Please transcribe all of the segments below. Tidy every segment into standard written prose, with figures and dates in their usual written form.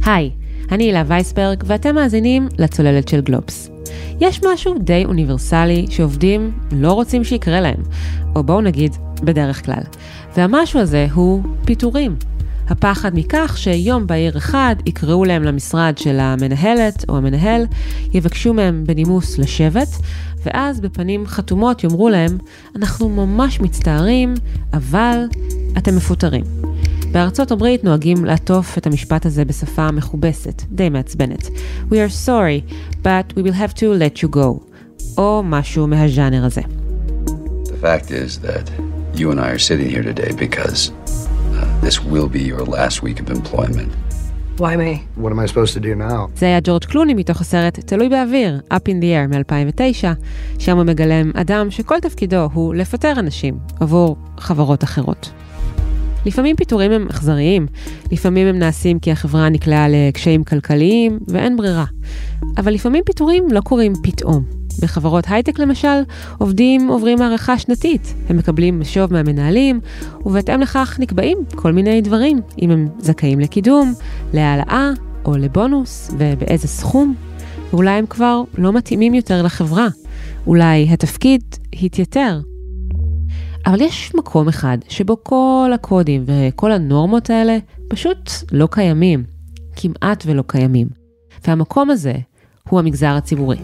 היי, אני הילה וייסברג ואתם מאזינים לצוללת של גלובס. יש משהו די אוניברסלי שעובדים לא רוצים שיקרה להם, או בואו נגיד בדרך כלל. והמשהו הזה הוא פיטורים. הפחד מכך שיום בהיר אחד יקראו להם למשרד של המנהלת או המנהל, יבקשו מהם בנימוס לשבת, ואז בפנים חתומות יאמרו להם, אנחנו ממש מצטערים, אבל אתם מפוטרים. בארצות הברית נוהגים לעטוף את המשפט הזה בשפה מכובסת, די מעצבנת. We are sorry, but we will have to let you go. או משהו מהז'אנר הזה. The fact is that you and I are sitting here today because this will be your last week of employment. Why me? What am I supposed to do now? זה היה ג'ורג' קלוני מתוך הסרט תלוי באוויר, Up in the Air מ-2009, שם הוא מגלם אדם שכל תפקידו הוא לפטר אנשים עבור חברות אחרות. לפעמים פיטורים הם אכזריים, לפעמים הם נעשים כי החברה נקלעה לקשיים כלכליים ואין ברירה. אבל לפעמים פיטורים לא קורים פתאום. בחברות הייטק למשל, עובדים עוברים הערכה שנתית. הם מקבלים משוב מהמנהלים, ובהתאם לכך נקבעים כל מיני דברים, אם הם זכאים לקידום, להעלאה או לבונוס, ובאיזה סכום. ואולי הם כבר לא מתאימים יותר לחברה. אולי התפקיד התייתר. אבל יש מקום אחד שבו כל הקודים וכל הנורמות האלה פשוט לא קיימים, כמעט ולא קיימים. והמקום הזה הוא המגזר הציבורי.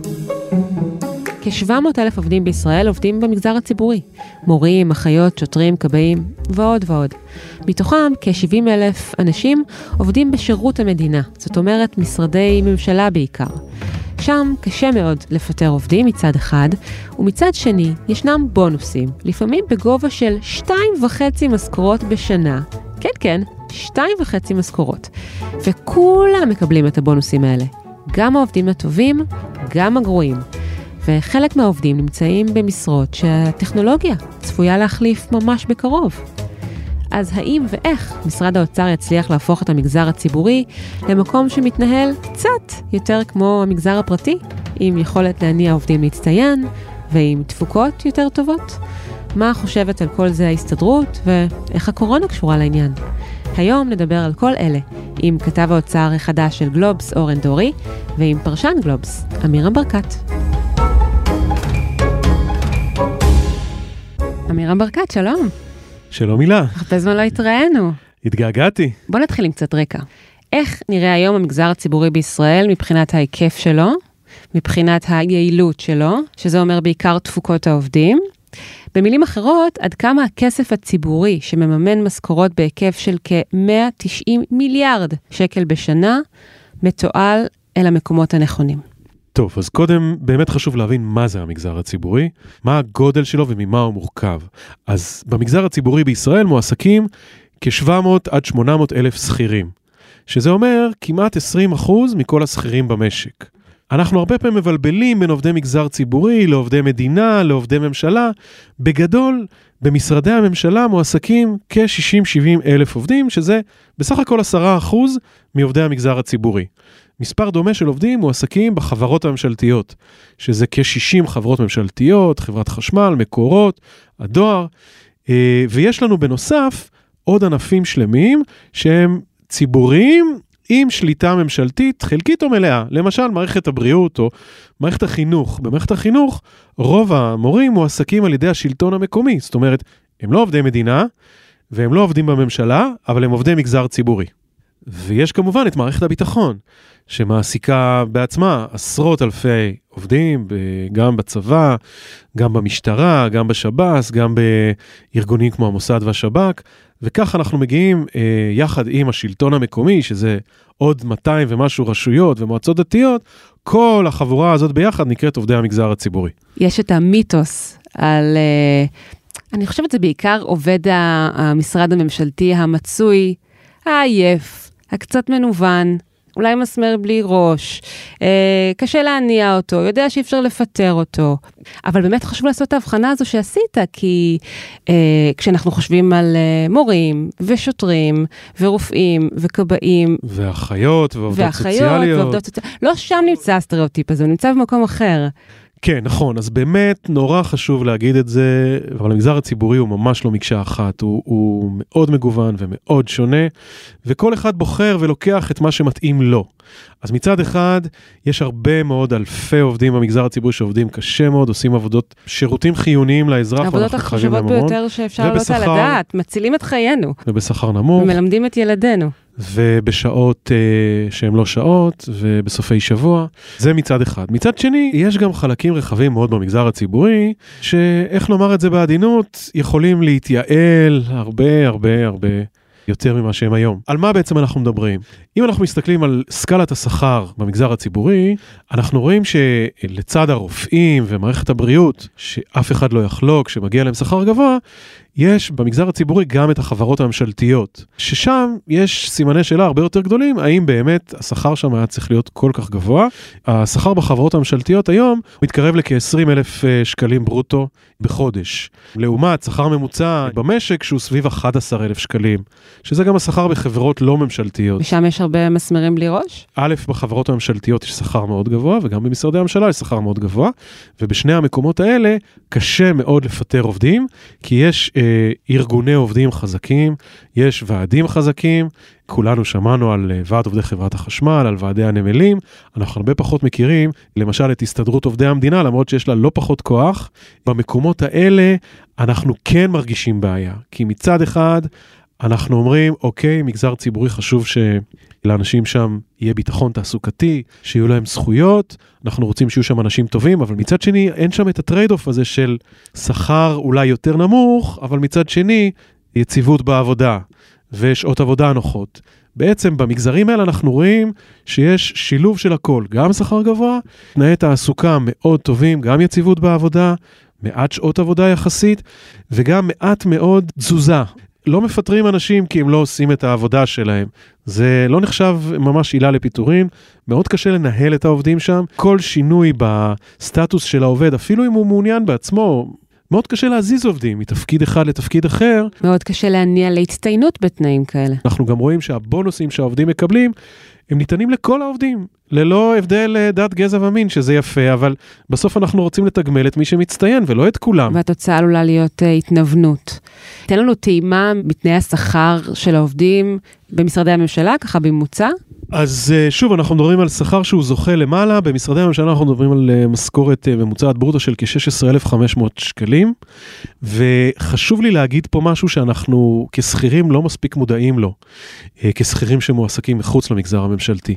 כ-700,000 עובדים בישראל עובדים במגזר הציבורי. מורים, אחיות, שוטרים, כבאים ועוד ועוד. מתוכם כ-70,000 אנשים עובדים בשירות המדינה, זאת אומרת משרדי ממשלה בעיקר. שם קשה מאוד לפטר עובדים מצד אחד, ומצד שני ישנם בונוסים, לפעמים בגובה של 2.5 משכורות בשנה. כן, כן, 2.5 משכורות. וכולם מקבלים את הבונוסים האלה. גם העובדים הטובים, גם הגרועים. וחלק מהעובדים נמצאים במשרות שהטכנולוגיה צפויה להחליף ממש בקרוב. אז האם ואיך משרד האוצר יצליח להפוך את המגזר הציבורי למקום שמתנהל קצת יותר כמו המגזר הפרטי, עם יכולת להניע עובדים להצטיין ועם תפוקות יותר טובות? מה חושבת על כל זה ההסתדרות ואיך הקורונה קשורה לעניין? היום נדבר על כל אלה עם כתב האוצר החדש של גלובס אורן דורי ועם פרשן גלובס אמירם ברקת. אמירם ברקת, שלום. שלום הילה. הרבה זמן לא התראינו. התגעגעתי. בוא נתחיל עם קצת רקע. איך נראה היום המגזר הציבורי בישראל מבחינת ההיקף שלו, מבחינת היעילות שלו, שזה אומר בעיקר תפוקות העובדים? במילים אחרות, עד כמה הכסף הציבורי שמממן משכורות בהיקף של כ-190 מיליארד שקל בשנה, מתועל אל המקומות הנכונים? טוב, אז קודם באמת חשוב להבין מה זה המגזר הציבורי, מה הגודל שלו וממה הוא מורכב. אז במגזר הציבורי בישראל מועסקים כ-700 עד 800 אלף שכירים, שזה אומר כמעט 20% מכל השכירים במשק. אנחנו הרבה פעמים מבלבלים בין עובדי מגזר ציבורי לעובדי מדינה, לעובדי ממשלה. בגדול, במשרדי הממשלה מועסקים כ-60-70 אלף עובדים, שזה בסך הכל 10% מעובדי המגזר הציבורי. מספר דומה של עובדים מועסקים בחברות הממשלתיות, שזה כ-60 חברות ממשלתיות, חברת חשמל, מקורות, הדואר, ויש לנו בנוסף עוד ענפים שלמים שהם ציבוריים עם שליטה ממשלתית חלקית או מלאה, למשל מערכת הבריאות או מערכת החינוך. במערכת החינוך רוב המורים מועסקים על ידי השלטון המקומי, זאת אומרת, הם לא עובדי מדינה והם לא עובדים בממשלה, אבל הם עובדי מגזר ציבורי. ויש כמובן את מערכת הביטחון, שמעסיקה בעצמה עשרות אלפי עובדים, גם בצבא, גם במשטרה, גם בשב"ס, גם בארגונים כמו המוסד והשב"כ, וכך אנחנו מגיעים יחד עם השלטון המקומי, שזה עוד 200 ומשהו רשויות ומועצות דתיות, כל החבורה הזאת ביחד נקראת עובדי המגזר הציבורי. יש את המיתוס על, אני חושבת זה בעיקר עובד המשרד הממשלתי המצוי, העייף, הקצת מנוון, אולי מסמר בלי ראש, קשה להניע אותו, יודע שאי אפשר לפטר אותו. אבל באמת חשוב לעשות את ההבחנה הזו שעשית, כי כשאנחנו חושבים על מורים ושוטרים ורופאים וכבאים, ואחיות ועובדות סוציאליות. לא שם נמצא הסטריאוטיפ הזה, הוא נמצא במקום אחר. כן, נכון, אז באמת נורא חשוב להגיד את זה, אבל המגזר הציבורי הוא ממש לא מקשה אחת, הוא מאוד מגוון ומאוד שונה, וכל אחד בוחר ולוקח את מה שמתאים לו. אז מצד אחד, יש הרבה מאוד אלפי עובדים במגזר הציבורי שעובדים קשה מאוד, עושים עבודות, שירותים חיוניים לאזרח, העבודות החשובות ביותר שאפשר לעלות על הדעת, מצילים את חיינו. ובשכר נמוך. ומלמדים את ילדינו. ובשעות שהן לא שעות, ובסופי שבוע. זה מצד אחד. מצד שני, יש גם חלקים רחבים מאוד במגזר הציבורי, שאיך לומר את זה בעדינות, יכולים להתייעל הרבה יותר ממה שהם היום. על מה בעצם אנחנו מדברים? אם אנחנו מסתכלים על סקלת השכר במגזר הציבורי, אנחנו רואים שלצד הרופאים ומערכת הבריאות, שאף אחד לא יחלוק, שמגיע להם שכר גבוה, יש במגזר הציבורי גם את החברות הממשלתיות, ששם יש סימני שאלה הרבה יותר גדולים, האם באמת השכר שם היה צריך להיות כל כך גבוה. השכר בחברות הממשלתיות היום מתקרב לכ-20,000 שקלים ברוטו בחודש. לעומת שכר ממוצע במשק שהוא סביב 11,000 שקלים, שזה גם השכר בחברות לא ממשלתיות. ושם יש הרבה מסמרים בלי ראש? א', בחברות הממשלתיות יש שכר מאוד גבוה, וגם במשרדי הממשלה יש שכר מאוד גבוה, ובשני המקומות האלה קשה מאוד לפטר עובדים, כי יש ארגוני עובדים חזקים, יש ועדים חזקים, כולנו שמענו על ועד עובדי חברת החשמל, על ועדי הנמלים, אנחנו הרבה פחות מכירים, למשל את הסתדרות עובדי המדינה, למרות שיש לה לא פחות כוח, במקומות האלה אנחנו כן מרגישים בעיה, כי מצד אחד אנחנו אומרים, אוקיי, מגזר ציבורי חשוב שלאנשים שם יהיה ביטחון תעסוקתי, שיהיו להם זכויות, אנחנו רוצים שיהיו שם אנשים טובים, אבל מצד שני אין שם את הטרייד-אוף הזה של שכר אולי יותר נמוך, אבל מצד שני יציבות בעבודה ושעות עבודה נוחות. בעצם במגזרים האלה אנחנו רואים שיש שילוב של הכל, גם שכר גבוה, תנאי תעסוקה מאוד טובים, גם יציבות בעבודה, מעט שעות עבודה יחסית, וגם מעט מאוד תזוזה. לא מפטרים אנשים כי הם לא עושים את העבודה שלהם. זה לא נחשב ממש עילה לפיטורין, מאוד קשה לנהל את העובדים שם. כל שינוי בסטטוס של העובד, אפילו אם הוא מעוניין בעצמו, מאוד קשה להזיז עובדים מתפקיד אחד לתפקיד אחר. מאוד קשה להניע להצטיינות בתנאים כאלה. אנחנו גם רואים שהבונוסים שהעובדים מקבלים, הם ניתנים לכל העובדים, ללא הבדל דת, גזע ומין, שזה יפה, אבל בסוף אנחנו רוצים לתגמל את מי שמצטיין, ולא את כולם. והתוצאה עלולה להיות התנוונות. תן לנו טעימה בתנאי השכר של העובדים במשרדי הממשלה, ככה בממוצע? אז שוב, אנחנו מדברים על שכר שהוא זוכה למעלה, במשרדי הממשלה אנחנו מדברים על משכורת ממוצעת ברוטו של כ-16,500 שקלים, וחשוב לי להגיד פה משהו שאנחנו כשכירים לא מספיק מודעים לו, כשכירים שמועסקים מחוץ למגזר הממשלתי.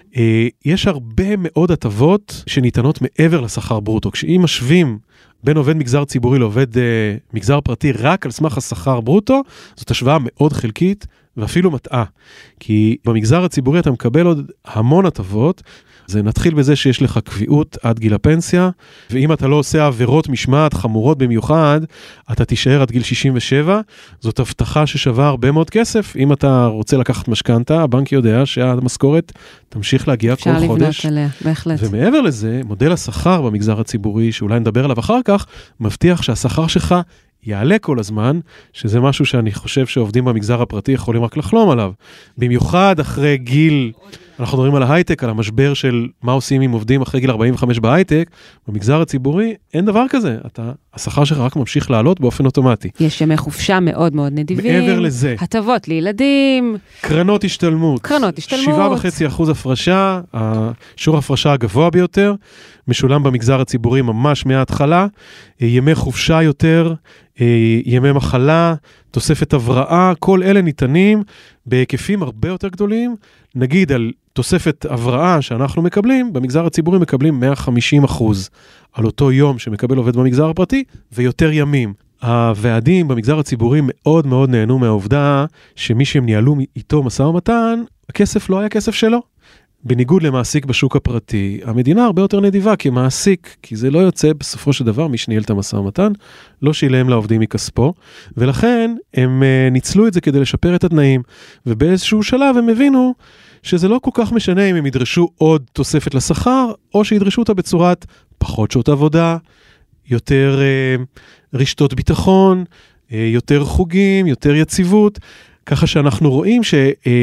יש הרבה מאוד הטבות שניתנות מעבר לשכר ברוטו, כשאם משווים בין עובד מגזר ציבורי לעובד מגזר פרטי רק על סמך השכר ברוטו, זאת השוואה מאוד חלקית ואפילו מטעה. כי במגזר הציבורי אתה מקבל עוד המון הטבות, זה נתחיל בזה שיש לך קביעות עד גיל הפנסיה, ואם אתה לא עושה עבירות משמעת חמורות במיוחד, אתה תישאר עד גיל 67, זאת הבטחה ששווה הרבה מאוד כסף. אם אתה רוצה לקחת משכנתה, הבנק יודע שהמשכורת תמשיך להגיע כל חודש. אפשר לבנות עליה, בהחלט. ומעבר לזה, מודל השכר במגזר הציבורי, שאולי נדבר עליו אחר כך, מבטיח שהשכר שלך יעלה כל הזמן, שזה משהו שאני חושב שעובדים במגזר הפרטי יכולים רק לחלום עליו. במיוחד אחרי גיל, אנחנו מדברים על ההייטק, על המשבר של מה עושים עם עובדים אחרי גיל 45 בהייטק, במגזר הציבורי אין דבר כזה. השכר שלך רק ממשיך לעלות באופן אוטומטי. יש ימי חופשה מאוד מאוד נדיבים. מעבר לזה. הטבות לילדים. קרנות השתלמות. 7.5% הפרשה, שיעור הפרשה הגבוה ביותר, משולם במגזר הציבורי ממש מההתחלה, ימי חופשה יותר, ימי מחלה, תוספת הבראה, כל אלה ניתנים בהיקפים הרבה יותר גדולים. נגיד על תוספת הבראה שאנחנו מקבלים, במגזר הציבורי מקבלים 150% על אותו יום שמקבל עובד במגזר הפרטי, ויותר ימים. הוועדים במגזר הציבורי מאוד מאוד נהנו מהעובדה שמי שהם ניהלו איתו משא ומתן, הכסף לא היה כסף שלו. בניגוד למעסיק בשוק הפרטי, המדינה הרבה יותר נדיבה כמעסיק, כי זה לא יוצא בסופו של דבר, מי שניהל את המשא ומתן, לא שילם לעובדים מכספו, ולכן הם ניצלו את זה כדי לשפר את התנאים, ובאיזשהו שלב הם הבינו שזה לא כל כך משנה אם הם ידרשו עוד תוספת לשכר, או שידרשו אותה בצורת פחות שעות עבודה, יותר רשתות ביטחון, יותר חוגים, יותר יציבות, ככה שאנחנו רואים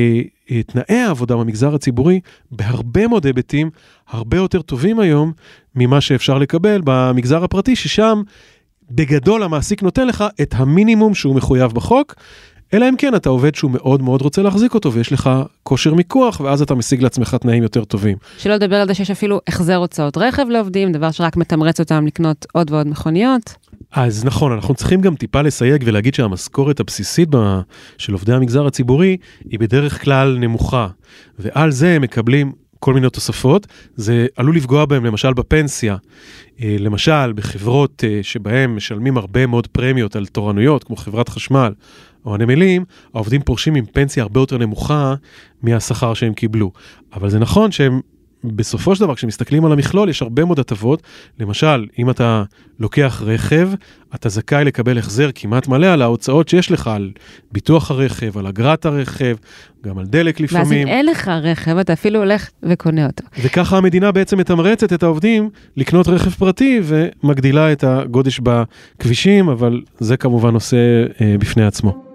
תנאי העבודה במגזר הציבורי בהרבה מאוד היבטים, הרבה יותר טובים היום ממה שאפשר לקבל במגזר הפרטי, ששם בגדול המעסיק נותן לך את המינימום שהוא מחויב בחוק, אלא אם כן אתה עובד שהוא מאוד מאוד רוצה להחזיק אותו, ויש לך כושר מיקוח, ואז אתה משיג לעצמך תנאים יותר טובים. שלא לדבר על זה שיש אפילו החזר הוצאות רכב לעובדים, דבר שרק מתמרץ אותם לקנות עוד ועוד מכוניות. אז נכון, אנחנו צריכים גם טיפה לסייג ולהגיד שהמשכורת הבסיסית של עובדי המגזר הציבורי היא בדרך כלל נמוכה, ועל זה הם מקבלים כל מיני תוספות, זה עלול לפגוע בהם למשל בפנסיה, למשל בחברות שבהם משלמים הרבה מאוד פרמיות על תורנויות, כמו חברת חשמל או הנמלים, העובדים פורשים עם פנסיה הרבה יותר נמוכה מהשכר שהם קיבלו. אבל זה נכון שהם בסופו של דבר, כשמסתכלים על המכלול, יש הרבה מאוד הטבות. למשל, אם אתה לוקח רכב, אתה זכאי לקבל החזר כמעט מלא על ההוצאות שיש לך, על ביטוח הרכב, על אגרת הרכב, גם על דלק לפעמים. ואז אם אין לך רכב, אתה אפילו הולך וקונה אותו. וככה המדינה בעצם מתמרצת את העובדים לקנות רכב פרטי, ומגדילה את הגודש בכבישים, אבל זה כמובן נושא בפני עצמו.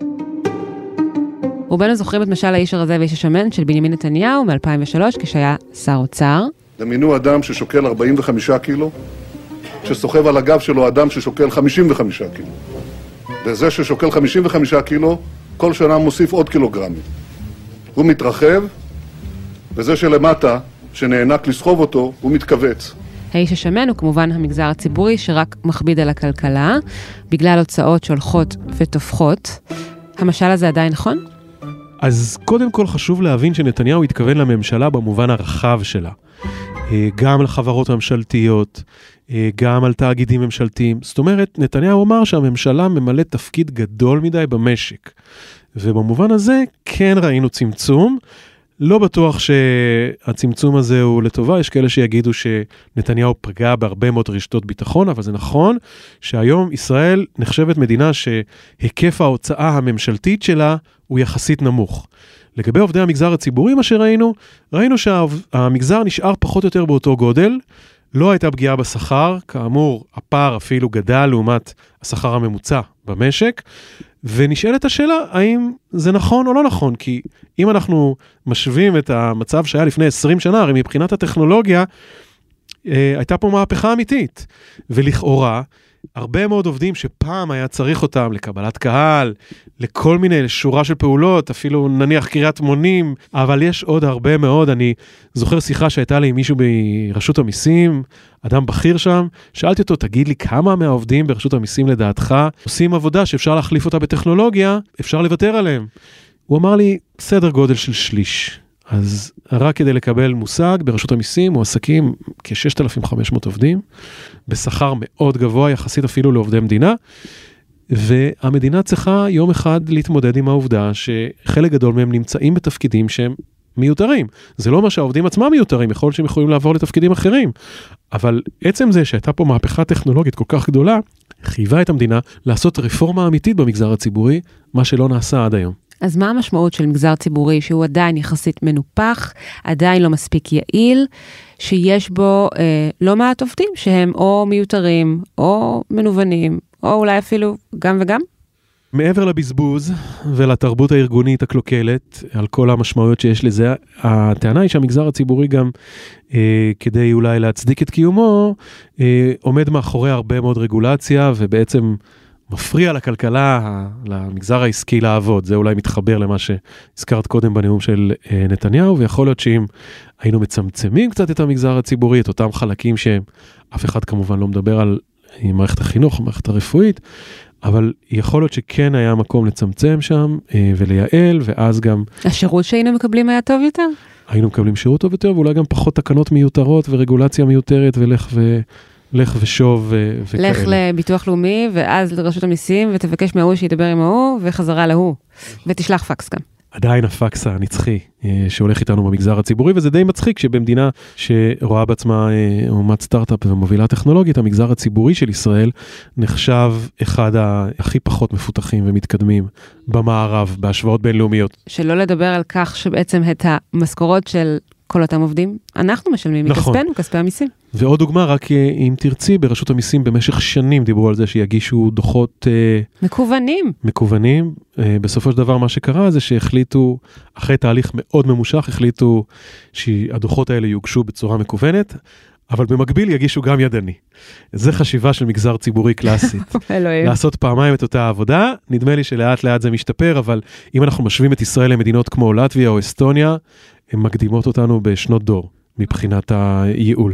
רובנו זוכרים את משל האיש הרזה ואיש השמן של בנימין נתניהו מ-2003, כשהיה שר אוצר. דמיינו אדם ששוקל 45 קילו, שסוחב על הגב שלו אדם ששוקל 55 קילו. וזה ששוקל 55 קילו, כל שנה מוסיף עוד קילוגרמים. הוא מתרחב, וזה שלמטה, שנענק לסחוב אותו, הוא מתכווץ. האיש השמן הוא כמובן המגזר הציבורי שרק מכביד על הכלכלה, בגלל הוצאות שהולכות ותופחות. המשל הזה עדיין נכון? אז קודם כל חשוב להבין שנתניהו התכוון לממשלה במובן הרחב שלה. גם לחברות הממשלתיות, גם על תאגידים ממשלתיים. זאת אומרת, נתניהו אמר שהממשלה ממלאת תפקיד גדול מדי במשק. ובמובן הזה כן ראינו צמצום. לא בטוח שהצמצום הזה הוא לטובה, יש כאלה שיגידו שנתניהו פגע בהרבה מאוד רשתות ביטחון, אבל זה נכון שהיום ישראל נחשבת מדינה שהיקף ההוצאה הממשלתית שלה הוא יחסית נמוך. לגבי עובדי המגזר הציבורי, מה ראינו שהמגזר נשאר פחות או יותר באותו גודל, לא הייתה פגיעה בשכר, כאמור הפער אפילו גדל לעומת השכר הממוצע במשק, ונשאלת השאלה, האם זה נכון או לא נכון? כי אם אנחנו משווים את המצב שהיה לפני 20 שנה, הרי מבחינת הטכנולוגיה, הייתה פה מהפכה אמיתית. ולכאורה, הרבה מאוד עובדים שפעם היה צריך אותם לקבלת קהל, לכל מיני שורה של פעולות, אפילו נניח קריאת מונים, אבל יש עוד הרבה מאוד. אני זוכר שיחה שהייתה לי עם מישהו ברשות המיסים, אדם בכיר שם, שאלתי אותו, תגיד לי כמה מהעובדים ברשות המיסים לדעתך עושים עבודה שאפשר להחליף אותה בטכנולוגיה, אפשר לוותר עליהם. הוא אמר לי, סדר גודל של שליש. אז רק כדי לקבל מושג, ברשות המיסים מועסקים כ-6,500 עובדים, בשכר מאוד גבוה יחסית אפילו לעובדי מדינה, והמדינה צריכה יום אחד להתמודד עם העובדה שחלק גדול מהם נמצאים בתפקידים שהם מיותרים. זה לא מה שהעובדים עצמם מיותרים, יכול שהם יכולים לעבור לתפקידים אחרים, אבל עצם זה שהייתה פה מהפכה טכנולוגית כל כך גדולה, חייבה את המדינה לעשות רפורמה אמיתית במגזר הציבורי, מה שלא נעשה עד היום. אז מה המשמעות של מגזר ציבורי שהוא עדיין יחסית מנופח, עדיין לא מספיק יעיל, שיש בו לא מעט עובדים שהם או מיותרים, או מנוונים, או אולי אפילו גם וגם? מעבר לבזבוז ולתרבות הארגונית הקלוקלת, על כל המשמעויות שיש לזה, הטענה היא שהמגזר הציבורי גם, כדי אולי להצדיק את קיומו, עומד מאחורי הרבה מאוד רגולציה, ובעצם מפריע לכלכלה, למגזר העסקי לעבוד. זה אולי מתחבר למה שהזכרת קודם בנאום של נתניהו, ויכול להיות שאם היינו מצמצמים קצת את המגזר הציבורי, את אותם חלקים שאף אחד כמובן לא מדבר על מערכת החינוך, מערכת הרפואית, אבל יכול להיות שכן היה מקום לצמצם שם ולייעל, ואז גם השירות שהיינו מקבלים היה טוב יותר? היינו מקבלים שירות טוב יותר, ואולי גם פחות תקנות מיותרות ורגולציה מיותרת, לך ושוב וכאלה. לך לביטוח לאומי, ואז לרשות המיסים, ותבקש מההוא שידבר עם ההוא, וחזרה להוא, ותשלח פקס גם. עדיין הפקס הנצחי שהולך איתנו במגזר הציבורי, וזה די מצחיק שבמדינה שרואה בעצמה אומת סטארט-אפ ומובילה טכנולוגית, המגזר הציבורי של ישראל נחשב אחד הכי פחות מפותחים ומתקדמים במערב, בהשוואות בינלאומיות. שלא לדבר על כך שבעצם את המשכורות של כל אותם עובדים, אנחנו משלמים מכספנו, כספי המיסים. ועוד דוגמה, רק אם תרצי, ברשות המיסים במשך שנים דיברו על זה שיגישו דוחות מקוונים. בסופו של דבר מה שקרה זה שהחליטו, אחרי תהליך מאוד ממושך, החליטו שהדוחות האלה יוגשו בצורה מקוונת, אבל במקביל יגישו גם ידני. זה חשיבה של מגזר ציבורי קלאסית. לעשות פעמיים את אותה עבודה, נדמה לי שלאט לאט זה משתפר, אבל אם אנחנו משווים את ישראל למדינות כמו לטביה או אסטוניה, הן מקדימות אותנו בשנות דור, מבחינת הייעול.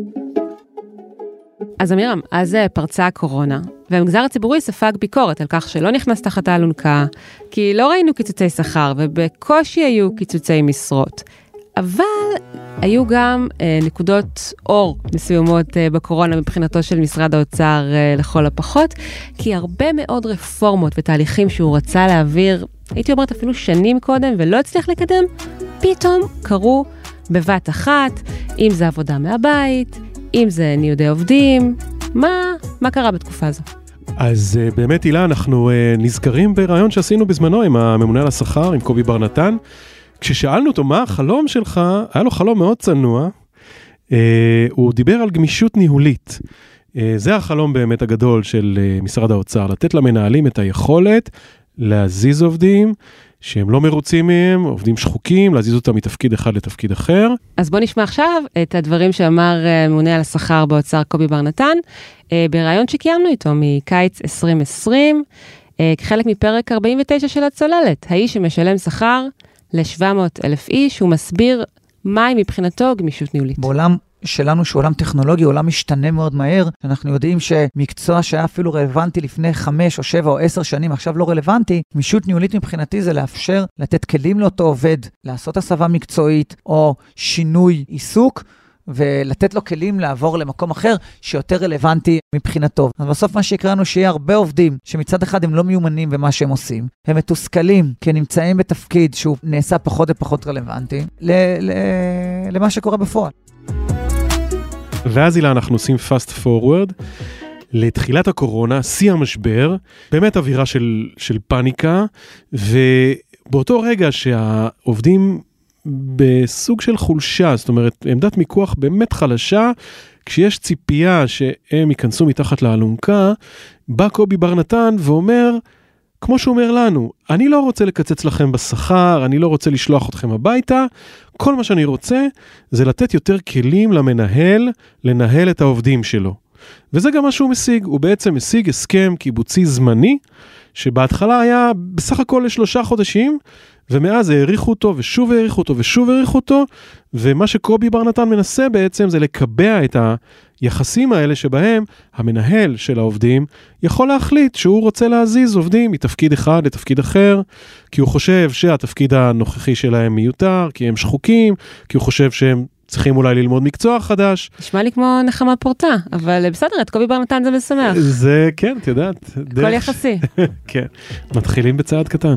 אז אמירם, אז פרצה הקורונה, והמגזר הציבורי ספג ביקורת על כך שלא נכנס תחת האלונקה, כי לא ראינו קיצוצי שכר, ובקושי היו קיצוצי משרות. אבל היו גם נקודות אור מסוימות בקורונה מבחינתו של משרד האוצר לכל הפחות, כי הרבה מאוד רפורמות ותהליכים שהוא רצה להעביר, הייתי אומרת אפילו שנים קודם ולא הצליח לקדם, פתאום קרו בבת אחת, אם זה עבודה מהבית, אם זה ניודי עובדים, מה קרה בתקופה הזו? אז באמת הילה, אנחנו נזכרים ברעיון שעשינו בזמנו עם הממונה על השכר, עם קובי בר נתן, כששאלנו אותו מה החלום שלך, היה לו חלום מאוד צנוע, הוא דיבר על גמישות ניהולית. זה החלום באמת הגדול של משרד האוצר, לתת למנהלים את היכולת להזיז עובדים, שהם לא מרוצים מהם, עובדים שחוקים, להזיז אותם מתפקיד אחד לתפקיד אחר. אז בוא נשמע עכשיו את הדברים שאמר ממונה על השכר באוצר קובי בר נתן, ברעיון שקיימנו איתו מקיץ 2020, כחלק מפרק 49 של הצוללת, האיש שמשלם שכר ל-700,000 איש, הוא מסביר מהי מבחינתו גמישות ניהולית. בעולם שלנו, שהוא עולם טכנולוגי, עולם משתנה מאוד מהר, אנחנו יודעים שמקצוע שהיה אפילו רלוונטי לפני 5 או 7 או 10 שנים, עכשיו לא רלוונטי, גמישות ניהולית מבחינתי זה לאפשר לתת כלים לאותו עובד, לעשות הסבה מקצועית או שינוי עיסוק, ולתת לו כלים לעבור למקום אחר שיותר רלוונטי מבחינתו. אז בסוף מה שיקראנו שיהיה הרבה עובדים שמצד אחד הם לא מיומנים במה שהם עושים, הם מתוסכלים כי נמצאים בתפקיד שהוא נעשה פחות ופחות רלוונטי למה שקורה בפועל. ואז אילה אנחנו עושים fast forward לתחילת הקורונה, שיא המשבר, באמת אווירה של פאניקה, ובאותו רגע שהעובדים בסוג של חולשה, זאת אומרת, עמדת מיקוח באמת חלשה, כשיש ציפייה שהם ייכנסו מתחת לאלונקה, בא קובי בר נתן ואומר, כמו שהוא אומר לנו, אני לא רוצה לקצץ לכם בשכר, אני לא רוצה לשלוח אתכם הביתה, כל מה שאני רוצה זה לתת יותר כלים למנהל, לנהל את העובדים שלו. וזה גם מה שהוא משיג, הוא בעצם משיג הסכם קיבוצי זמני, שבהתחלה היה בסך הכל ל3 חודשים, ומאז העריכו אותו ושוב העריכו אותו ושוב העריכו אותו, ומה שקובי בר נתן מנסה בעצם זה לקבע את היחסים האלה שבהם המנהל של העובדים יכול להחליט שהוא רוצה להזיז עובדים מתפקיד אחד לתפקיד אחר, כי הוא חושב שהתפקיד הנוכחי שלהם מיותר, כי הם שחוקים, כי הוא חושב שהם צריכים אולי ללמוד מקצוע חדש. נשמע לי כמו נחמה פורטה, אבל בסדר, את קובי בר נתן זה משמח. זה כן, את יודעת. כל יחסי. כן, מתחילים בצעד קטן.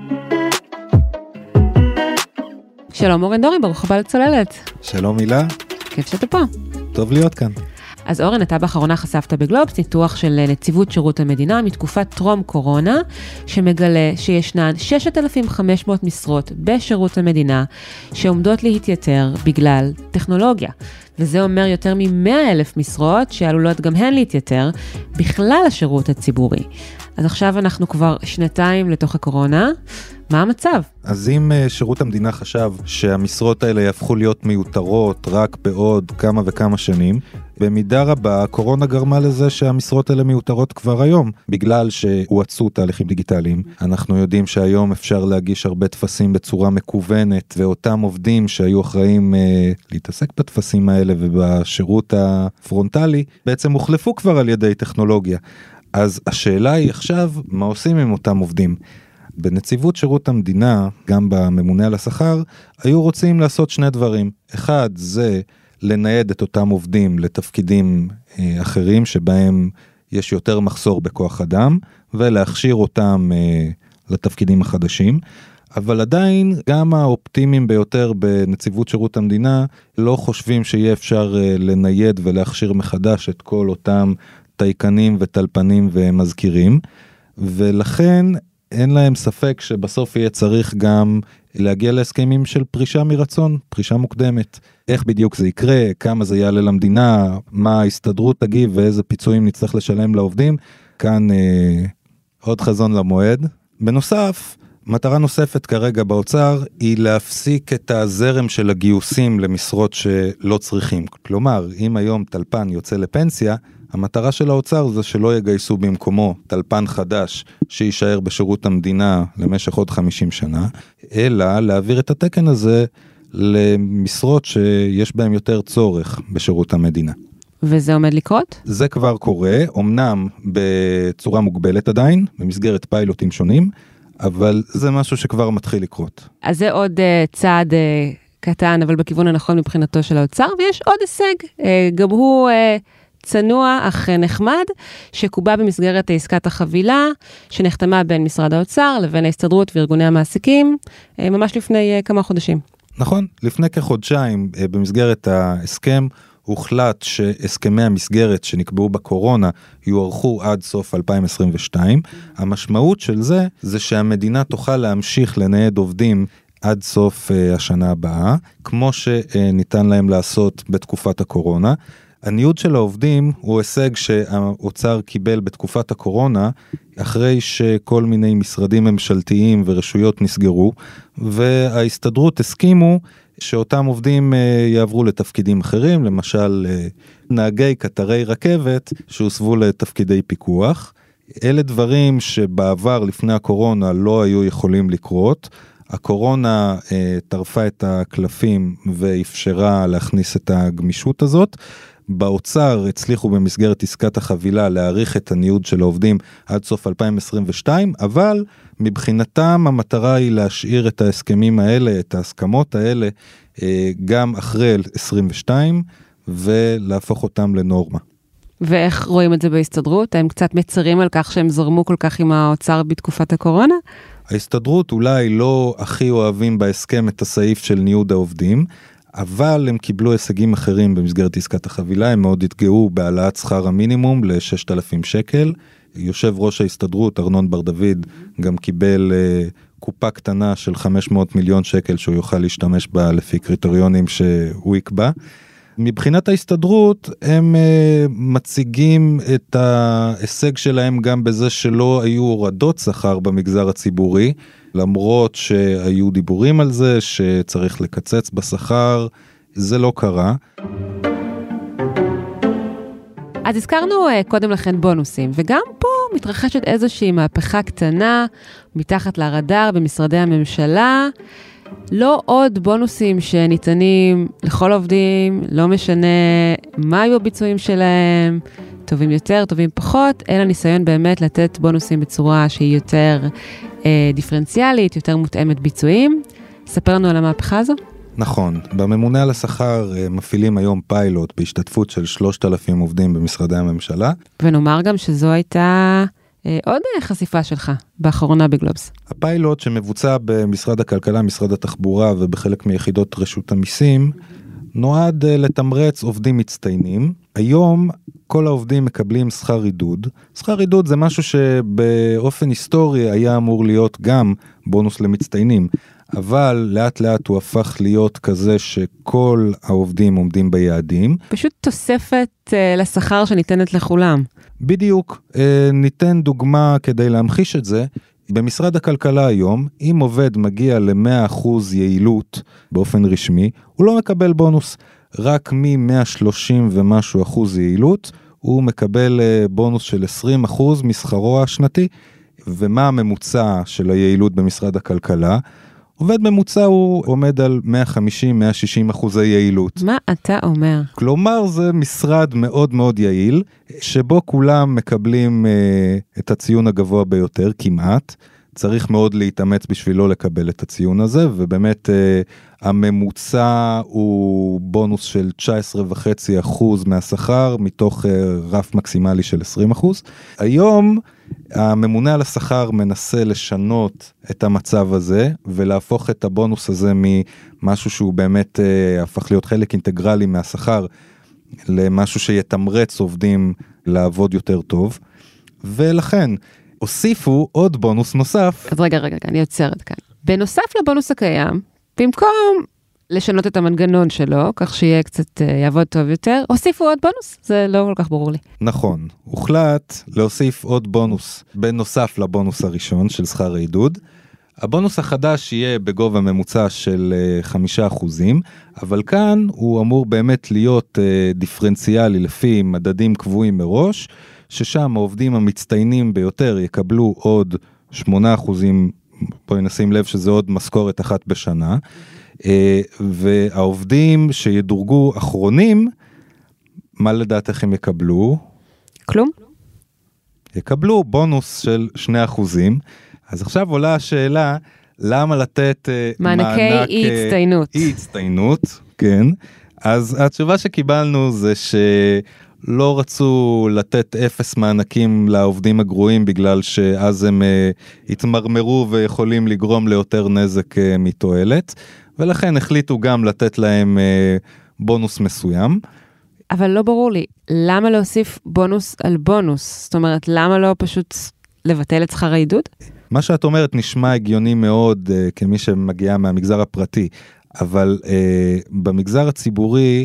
שלום אורן דורי, ברוך הבא לצוללת. שלום הילה. כיף שאתה פה. טוב להיות כאן. אז אורן, אתה באחרונה חשפת בגלובס ניתוח של נציבות שירות המדינה מתקופת טרום קורונה, שמגלה שישנן 6,500 משרות בשירות המדינה שעומדות להתייתר בגלל טכנולוגיה. וזה אומר יותר מ100,000 משרות שעלולות גם הן להתייתר בכלל השירות הציבורי. אז עכשיו אנחנו כבר 2 לתוך הקורונה. מה המצב? אז אם שירות המדינה חשב שהמשרות האלה יהפכו להיות מיותרות רק בעוד כמה וכמה שנים, במידה רבה הקורונה גרמה לזה שהמשרות האלה מיותרות כבר היום, בגלל שהואצו תהליכים דיגיטליים. אנחנו יודעים שהיום אפשר להגיש הרבה תפסים בצורה מקוונת, ואותם עובדים שהיו אחראים להתעסק בתפסים האלה ובשירות הפרונטלי, בעצם הוחלפו כבר על ידי טכנולוגיה. אז השאלה היא עכשיו, מה עושים עם אותם עובדים? בנציבות שירות המדינה, גם בממונה על השכר, היו רוצים לעשות 2 דברים. אחד, זה לנייד את אותם עובדים לתפקידים אחרים, שבהם יש יותר מחסור בכוח אדם, ולהכשיר אותם לתפקידים החדשים. אבל עדיין, גם האופטימיים ביותר בנציבות שירות המדינה, לא חושבים שיהיה אפשר לנייד ולהכשיר מחדש את כל אותם טייקנים וטלפנים ומזכירים, ולכן אין להם ספק שבסוף יהיה צריך גם להגיע להסכמים של פרישה מרצון, פרישה מוקדמת. איך בדיוק זה יקרה, כמה זה יעלה למדינה, מה ההסתדרות תגיב ואיזה פיצויים נצטרך לשלם לעובדים. כאן עוד חזון למועד. בנוסף, מטרה נוספת כרגע באוצר היא להפסיק את הזרם של הגיוסים למשרות שלא צריכים. כלומר, אם היום טלפן יוצא לפנסיה, המטרה של האוצר זה שלא יגייסו במקומו טלפן חדש שישאר בשירות המדינה למשך עוד 50 שנה, אלא להעביר את התקן הזה למשרות שיש בהם יותר צורך בשירות המדינה. וזה עומד לקרות? זה כבר קורה, אמנם בצורה מוגבלת עדיין, במסגרת פיילוטים שונים, אבל זה משהו שכבר מתחיל לקרות. אז זה עוד צעד קטן, אבל בכיוון הנכון מבחינתו של האוצר, ויש עוד הישג, גם הוא צנוע אך נחמד, שקובע במסגרת עסקת החבילה, שנחתמה בין משרד האוצר לבין ההסתדרות וארגוני המעסיקים, ממש לפני כמה חודשים. נכון, לפני כחודשיים במסגרת ההסכם, הוחלט שהסכמי המסגרת שנקבעו בקורונה יוארכו עד סוף 2022. המשמעות של זה שהמדינה תוכל להמשיך לנייד עובדים עד סוף השנה הבאה, כמו שניתן להם לעשות בתקופת הקורונה. הניוד של העובדים הוא הישג שהאוצר קיבל בתקופת הקורונה, אחרי שכל מיני משרדים ממשלתיים ורשויות נסגרו, וההסתדרות הסכימו שאותם עובדים יעברו לתפקידים אחרים, למשל נהגי קטרי רכבת שהוסבו לתפקידי פיקוח. אלה דברים שבעבר לפני הקורונה לא היו יכולים לקרות. הקורונה טרפה את הקלפים ואפשרה להכניס את הגמישות הזאת. באוצר הצליחו במסגרת עסקת החבילה להאריך את הניוד של העובדים עד סוף 2022, אבל מבחינתם המטרה היא להשאיר את ההסכמים האלה, את ההסכמות האלה, גם אחרי 22, ולהפוך אותם לנורמה. ואיך רואים את זה בהסתדרות? הם קצת מצרים על כך שהם זרמו כל כך עם האוצר בתקופת הקורונה? ההסתדרות אולי לא הכי אוהבים בהסכם את הסעיף של ניוד העובדים, אבל הם קיבלו הישגים אחרים במסגרת עסקת החבילה, הם מאוד התגאו בהעלאת שכר המינימום ל-6,000 שקל. יושב ראש ההסתדרות, ארנון בר דוד, גם קיבל קופה קטנה של 500 מיליון שקל שהוא יוכל להשתמש בה לפי קריטריונים שהוא יקבע. מבחינת ההסתדרות, הם מציגים את ההישג שלהם גם בזה שלא היו הורדות שכר במגזר הציבורי, למרות שהיו דיבורים על זה שצריך לקצץ בשכר, זה לא קרה. אז הזכרנו קודם לכן בונוסים, וגם פה מתרחשת איזושהי מהפכה קטנה מתחת לרדאר במשרדי הממשלה, לא עוד בונוסים שניתנים לכל עובדים, לא משנה מה היו הביצועים שלהם, טובים יותר, טובים פחות, אלא ניסיון באמת לתת בונוסים בצורה שהיא יותר דיפרנציאלית, יותר מותאמת ביצועים. ספר לנו על המהפכה הזו. נכון, בממונה על השכר מפעילים היום פיילוט בהשתתפות של 3,000 עובדים במשרדי הממשלה. ונאמר גם שזו הייתה עוד חשיפה שלך באחרונה בגלובס. הפיילוט שמבוצע במשרד הכלכלה, משרד התחבורה ובחלק מיחידות רשות המיסים, נועד לתמרץ עובדים מצטיינים. היום כל העובדים מקבלים שכר עידוד. שכר עידוד זה משהו שבאופן היסטורי היה אמור להיות גם בונוס למצטיינים, אבל לאט לאט הוא הפך להיות כזה שכל העובדים עומדים ביעדים. פשוט תוספת לשכר שניתנת לכולם. בדיוק, ניתן דוגמה כדי להמחיש את זה. במשרד הכלכלה היום, אם עובד מגיע ל-100% יעילות באופן רשמי, הוא לא מקבל בונוס. רק מ-130 ומשהו אחוז יעילות, הוא מקבל בונוס של 20% משכרו השנתי. ומה הממוצע של היעילות במשרד הכלכלה? עובד ממוצע הוא עומד על 150-160% יעילות. מה אתה אומר? כלומר זה משרד מאוד מאוד יעיל, שבו כולם מקבלים את הציון הגבוה ביותר, כמעט. צריך מאוד להתאמץ בשבילו לקבל את הציון הזה, ובאמת הממוצע הוא בונוס של 19.5% מהשכר, מתוך רף מקסימלי של 20%. היום הממונה על השכר מנסה לשנות את המצב הזה, ולהפוך את הבונוס הזה ממשהו שהוא באמת הפך להיות חלק אינטגרלי מהשכר, למשהו שיתמרץ עובדים לעבוד יותר טוב, ולכן הוסיפו עוד בונוס נוסף. אז רגע, אני יוצרת כאן. בנוסף לבונוס הקיים, במקום לשנות את המנגנון שלו, כך שיהיה קצת יעבוד טוב יותר, הוסיפו עוד בונוס, זה לא כל כך ברור לי. נכון, הוחלט להוסיף עוד בונוס, בנוסף לבונוס הראשון של שכר העידוד. הבונוס החדש יהיה בגובה ממוצע של 5%, אבל כאן הוא אמור באמת להיות דיפרנציאלי לפי מדדים קבועים מראש, ששם העובדים המצטיינים ביותר יקבלו עוד 8%, בואי נשים לב שזה עוד משכורת אחת בשנה, והעובדים שידורגו אחרונים, מה לדעתך הם יקבלו? כלום? יקבלו בונוס של 2%. אז עכשיו עולה השאלה, למה לתת מענקי אי-הצטיינות? אי-הצטיינות, כן. אז התשובה שקיבלנו זה שלא רצו לתת 0 מענקים לעובדים הגרועים, בגלל שאז הם התמרמרו ויכולים לגרום ליותר נזק מתועלת, ולכן החליטו גם לתת להם בונוס מסוים. אבל לא ברור לי, למה להוסיף בונוס על בונוס? זאת אומרת, למה לא פשוט לבטל את שכר העידוד? מה שאת אומרת נשמע הגיוני מאוד כמי שמגיעה מהמגזר הפרטי, אבל במגזר הציבורי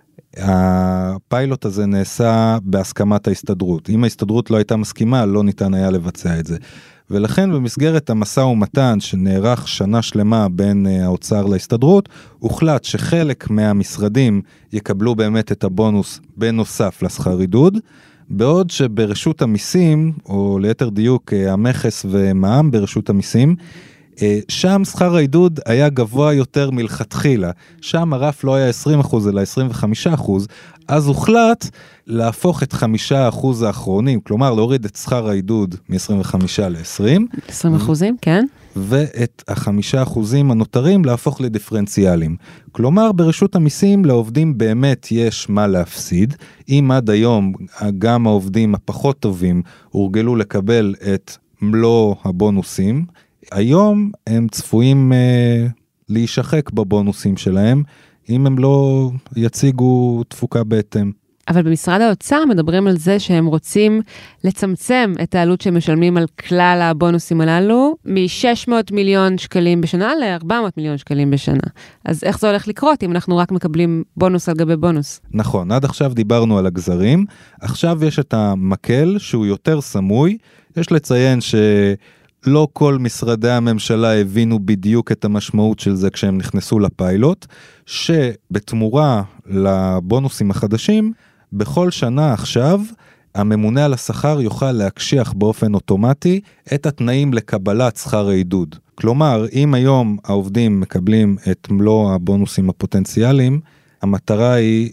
הפיילוט הזה נעשה בהסכמת ההסתדרות. אם ההסתדרות לא הייתה מסכימה, לא ניתן היה לבצע את זה. ולכן במסגרת המשא ומתן שנערך שנה שלמה בין האוצר להסתדרות, הוחלט שחלק מהמשרדים יקבלו באמת את הבונוס בנוסף לשכר עידוד, בעוד שברשות המיסים, או ליתר דיוק המכס ומע"מ ברשות המיסים, שם שכר העידוד היה גבוה יותר מלכתחילה, שם הרף לא היה 20% אלא 25%, אז הוחלט להפוך את 5% האחרונים, כלומר להוריד את שכר העידוד מ-25 ל-20. 20%, כן. ואת 5% הנותרים להפוך לדיפרנציאלים. כלומר, ברשות המיסים לעובדים באמת יש מה להפסיד. אם עד היום גם העובדים הפחות טובים הורגלו לקבל את מלוא הבונוסים, היום הם צפויים להישחק בבונוסים שלהם, אם הם לא יציגו תפוקה בהתאם. אבל במשרד האוצר מדברים על זה שהם רוצים לצמצם את העלות שהם משלמים על כלל הבונוסים הללו, מ-600 מיליון שקלים בשנה ל-400 מיליון שקלים בשנה. אז איך זה הולך לקרות אם אנחנו רק מקבלים בונוס על גבי בונוס? נכון, עד עכשיו דיברנו על הגזרים, עכשיו יש את המקל שהוא יותר סמוי, יש לציין לא כל משרדי הממשלה הבינו בדיוק את המשמעות של זה כשהם נכנסו לפיילוט, שבתמורה לבונוסים החדשים, בכל שנה עכשיו, הממונה על השכר יוכל להקשיח באופן אוטומטי את התנאים לקבלת שכר העידוד. כלומר, אם היום העובדים מקבלים את מלוא הבונוסים הפוטנציאליים, המטרה היא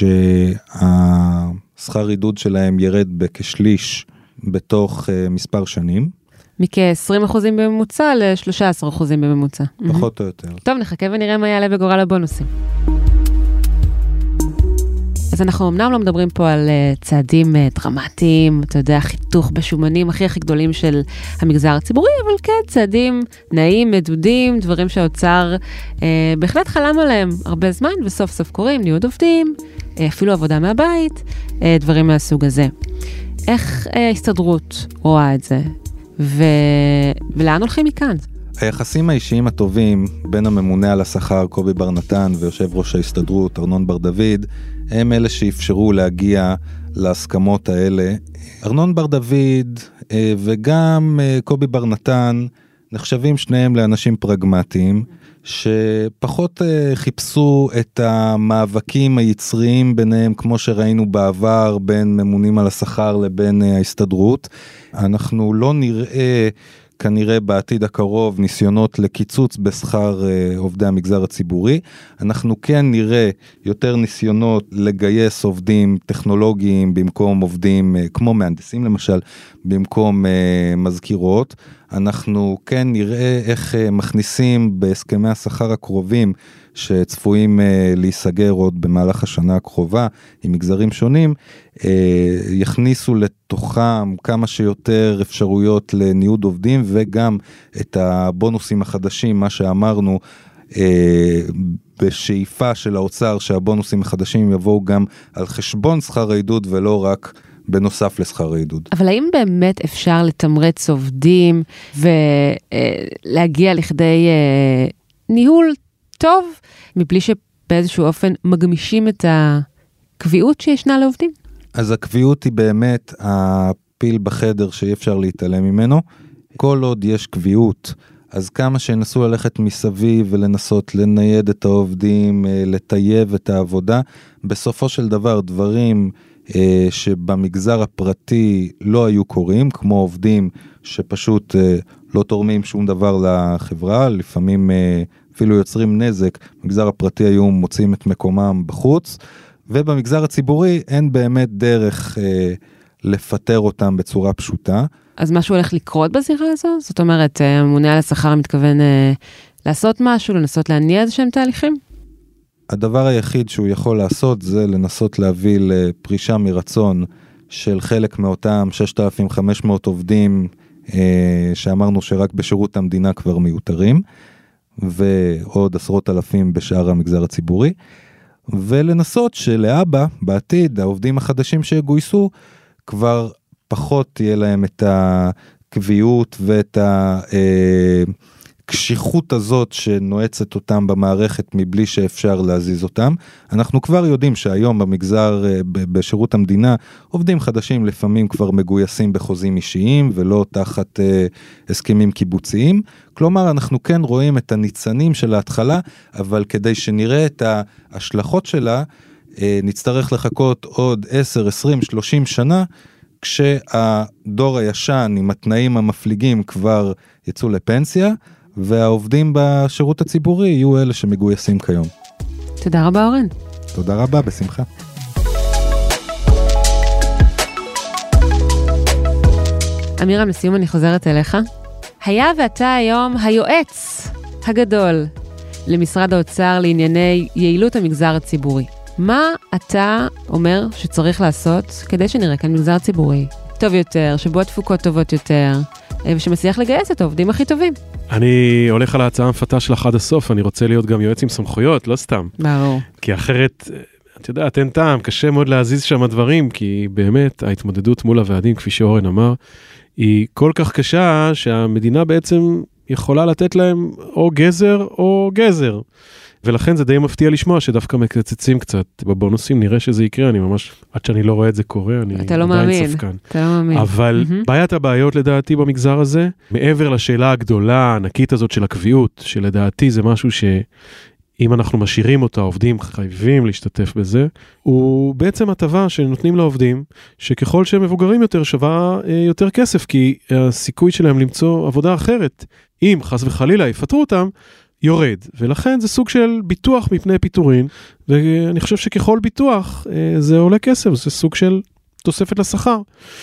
שהשכר עידוד שלהם ירד בכשליש בתוך מספר שנים. מכ-20% בממוצע ל-13% בממוצע. פחות או יותר. טוב, נחכה ונראה מה יעלה בגורל הבונוסים. אז אנחנו אמנם לא מדברים פה על צעדים דרמטיים, אתה יודע, חיתוך בשומנים הכי גדולים של המגזר הציבורי, אבל כן, צעדים נעים, מדודים, דברים שהאוצר בהחלט חלם עליהם הרבה זמן, וסוף סוף קוראים, ניוד עובדים, אפילו עבודה מהבית, דברים מהסוג הזה. איך ההסתדרות רואה את זה? ולאן הולכים מכאן? היחסים האישיים הטובים בין הממונה על השכר קובי בר נתן ויושב ראש ההסתדרות ארנון בר דוד, הם אלה שאפשרו להגיע להסכמות האלה. ארנון בר דוד וגם קובי בר נתן נחשבים שניהם לאנשים פרגמטיים, שפחות חיפשו את המאבקים היצריים ביניהם, כמו שראינו בעבר בין ממונים על השכר לבין ההסתדרות. אנחנו לא נראה כנראה בעתיד הקרוב ניסיונות לקיצוץ בשכר עובדי המגזר הציבורי. אנחנו כן נראה יותר ניסיונות לגייס עובדים טכנולוגיים במקום עובדים כמו מהנדסים למשל, במקום מזכירות. אנחנו כן נראה איך מכניסים בהסכמי השכר הקרובים שצפויים להיסגר עוד במהלך השנה הקרובה עם מגזרים שונים, יכניסו לתוכם כמה שיותר אפשרויות לניוד עובדים וגם את הבונוסים החדשים, מה שאמרנו בשאיפה של האוצר שהבונוסים החדשים יבואו גם על חשבון שכר העידוד ולא רק בנוסף לשכר העידוד. אבל האם באמת אפשר לתמרץ עובדים ולהגיע לכדי ניהול טוב, מבלי שבאיזשהו אופן מגמישים את הקביעות שישנה לעובדים? אז הקביעות היא באמת הפיל בחדר שאי אפשר להתעלם ממנו. כל עוד יש קביעות, אז כמה שינסו ללכת מסביב ולנסות לנייד את העובדים, לטייב את העבודה, בסופו של דבר דברים שבמגזר הפרטי לא היו קורים, כמו עובדים שפשוט לא תורמים שום דבר לחברה, לפעמים אפילו יוצרים נזק, במגזר הפרטי היו מוצאים את מקומם בחוץ, ובמגזר הציבורי אין באמת דרך לפטר אותם בצורה פשוטה. אז משהו הולך לקרות בזירה הזו? זאת אומרת, הממונה על השכר מתכוון לעשות משהו, לנסות להניע איזשהם תהליכים? הדבר היחיד שהוא יכול לעשות זה לנסות להביא לפרישה מרצון של חלק מאותם 6,500 עובדים שאמרנו שרק בשירות המדינה כבר מיותרים, ועוד עשרות אלפים בשאר המגזר הציבורי, ולנסות שלאבא, בעתיד, העובדים החדשים שגויסו, כבר פחות תהיה להם את הקביעות ואת הקשיחות הזאת שנועצת אותם במערכת מבלי שאפשר להזיז אותם. אנחנו כבר יודעים שהיום במגזר, בשירות המדינה, עובדים חדשים לפעמים כבר מגויסים בחוזים אישיים ולא תחת הסכמים קיבוציים. כלומר, אנחנו כן רואים את הניצנים של ההתחלה, אבל כדי שנראה את ההשלכות שלה, נצטרך לחכות עוד 10, 20, 30 שנה, כשהדור הישן עם התנאים המפליגים כבר יצאו לפנסיה, והעובדים בשירות הציבורי יהיו אלה שמגויסים כיום. תודה רבה, אורן. תודה רבה, בשמחה. אמירם, לסיום אני חוזרת אליך. היה ואתה היום היועץ הגדול למשרד האוצר לענייני יעילות המגזר הציבורי. מה אתה אומר שצריך לעשות כדי שנראה כאן מגזר ציבורי טוב יותר, שבו התפוקות טובות יותר, ושמצליח לגייס את העובדים הכי טובים? אני הולך על ההצעה המפתה של עד הסוף, אני רוצה להיות גם יועץ עם סמכויות, לא סתם. ברור. כי אחרת, את יודעת, אין טעם, קשה מאוד להזיז שם הדברים, כי באמת ההתמודדות מול הוועדים, כפי שאורן אמר, היא כל כך קשה שהמדינה בעצם יכולה לתת להם או גזר או גזר. ולכן זה די מפתיע לשמוע שדווקא מקצצים קצת בבונוסים, נראה שזה יקרה, אני ממש, עד שאני לא רואה את זה קורה, אני אתה לא מאמין, אתה לא מאמין. אבל בעיית הבעיות לדעתי במגזר הזה, מעבר לשאלה הגדולה, הענקית הזאת של הקביעות, שלדעתי זה משהו שאם אנחנו משאירים אותה, העובדים חייבים להשתתף בזה, הוא בעצם הטבה שנותנים לעובדים, שככל שהם מבוגרים יותר שווה יותר כסף, כי הסיכוי שלהם למצוא עבודה אחרת, אם חס וחלילה יפטרו אותם, יורד, ולכן זה סוג של ביטוח מפני פיטורין, ואני חושב שככל ביטוח זה עולה כסף, זה סוג של תוספת לשכר.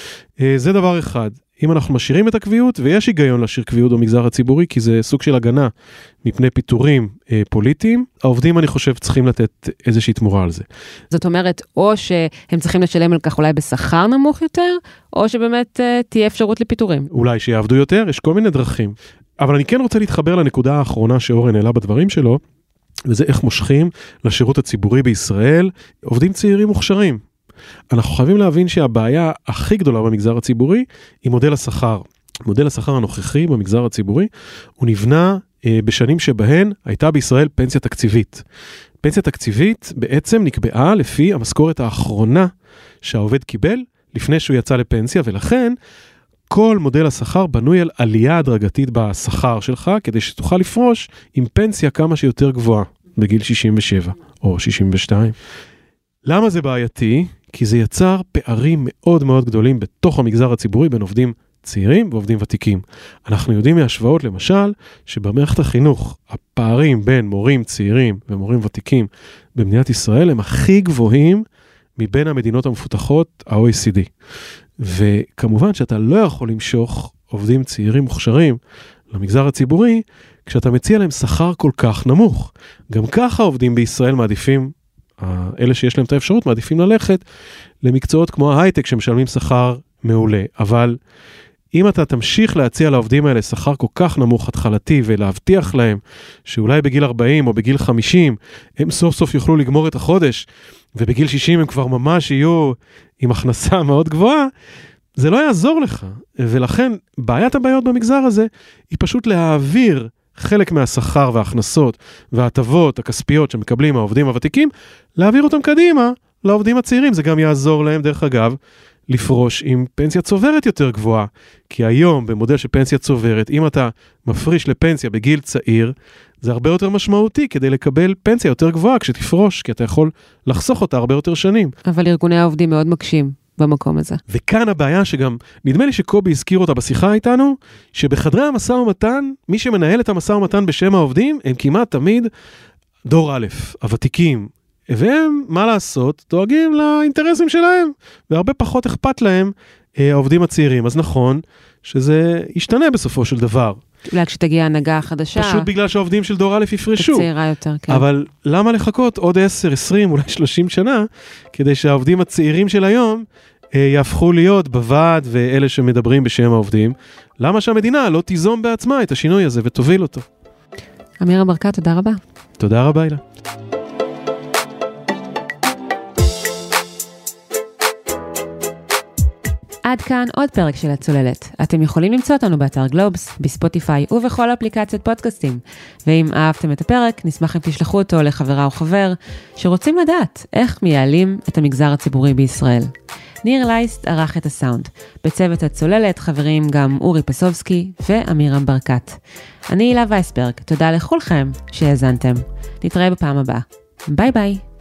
זה דבר אחד. אם אנחנו משאירים את הקביעות, ויש היגיון להשאיר קביעות במגזר הציבורי, כי זה סוג של הגנה מפני פיטורים פוליטיים, העובדים אני חושב צריכים לתת איזושהי תמורה על זה. זאת אומרת, או שהם צריכים לשלם על כך אולי בשכר נמוך יותר, או שבאמת תהיה אפשרות לפיטורים. אולי שיעבדו יותר, יש כל מיני דרכים. אבל אני כן רוצה להתחבר לנקודה האחרונה שאורן העלה בדברים שלו, וזה איך מושכים לשירות הציבורי בישראל עובדים צעירים מוכשרים. אנחנו חייבים להבין שהבעיה הכי גדולה במגזר הציבורי היא מודל השכר. מודל השכר הנוכחי במגזר הציבורי הוא נבנה בשנים שבהן הייתה בישראל פנסיה תקציבית. פנסיה תקציבית בעצם נקבעה לפי המשכורת האחרונה שהעובד קיבל לפני שהוא יצא לפנסיה, ולכן כל מודל השכר בנוי על עלייה הדרגתית בשכר שלך, כדי שתוכל לפרוש עם פנסיה כמה שיותר גבוהה, בגיל 67 או 62. למה זה בעייתי? כי זה יצר פערים מאוד מאוד גדולים בתוך המגזר הציבורי, בין עובדים צעירים ועובדים ותיקים. אנחנו יודעים מהשוואות, למשל, שבמערכת החינוך, הפערים בין מורים צעירים ומורים ותיקים במדינת ישראל, הם הכי גבוהים מבין המדינות המפותחות, ה-OECD. וכמובן שאתה לא יכול למשוך עובדים צעירים מוכשרים למגזר הציבורי, כשאתה מציע להם שכר כל כך נמוך. גם ככה עובדים בישראל מעדיפים, אלה שיש להם את האפשרות, מעדיפים ללכת למקצועות כמו ההייטק שמשלמים שכר מעולה. אבל אם אתה תמשיך להציע לעובדים האלה שכר כל כך נמוך התחלתי, ולהבטיח להם שאולי בגיל 40 או בגיל 50, הם סוף סוף יוכלו לגמור את החודש, ובגיל 60 הם כבר ממש יהיו עם הכנסה מאוד גבוהה, זה לא יעזור לך. ולכן, בעיית הבעיות במגזר הזה, היא פשוט להעביר חלק מהשכר וההכנסות וההטבות הכספיות שמקבלים העובדים הוותיקים, להעביר אותם קדימה לעובדים הצעירים. זה גם יעזור להם, דרך אגב, לפרוש עם פנסיה צוברת יותר גבוהה. כי היום, במודל של פנסיה צוברת, אם אתה מפריש לפנסיה בגיל צעיר, זה הרבה יותר משמעותי כדי לקבל פנסיה יותר גבוהה כשתפרוש, כי אתה יכול לחסוך אותה הרבה יותר שנים. אבל ארגוני העובדים מאוד מקשים במקום הזה. וכאן הבעיה שגם, נדמה לי שקובי הזכיר אותה בשיחה איתנו, שבחדרי המשא ומתן, מי שמנהל את המשא ומתן בשם העובדים, הם כמעט תמיד דור א', הוותיקים, והם, מה לעשות, דואגים לאינטרסים שלהם, והרבה פחות אכפת להם העובדים הצעירים. אז נכון שזה ישתנה בסופו של דבר. אולי כשתגיע הנהגה החדשה. פשוט בגלל שהעובדים של דור א' יפרשו. צעירה יותר, כן. אבל למה לחכות עוד 10, 20, אולי 30 שנה, כדי שהעובדים הצעירים של היום יהפכו להיות בוועד ואלה שמדברים בשם העובדים? למה שהמדינה לא תיזום בעצמה את השינוי הזה ותוביל אותו? אמירה ברקת, תודה רבה. תודה רבה, אילה. עד כאן עוד פרק של הצוללת. אתם יכולים למצוא אותנו באתר גלובס, בספוטיפיי ובכל אפליקציית פודקאסטים. ואם אהבתם את הפרק, נשמח אם תשלחו אותו לחברה או חבר שרוצים לדעת איך מייעלים את המגזר הציבורי בישראל. ניר לייסט ערך את הסאונד. בצוות הצוללת חברים גם אורי פסובסקי ואמירם ברקת. אני הילה וייסברג, תודה לכולכם שהאזנתם. נתראה בפעם הבאה. ביי ביי.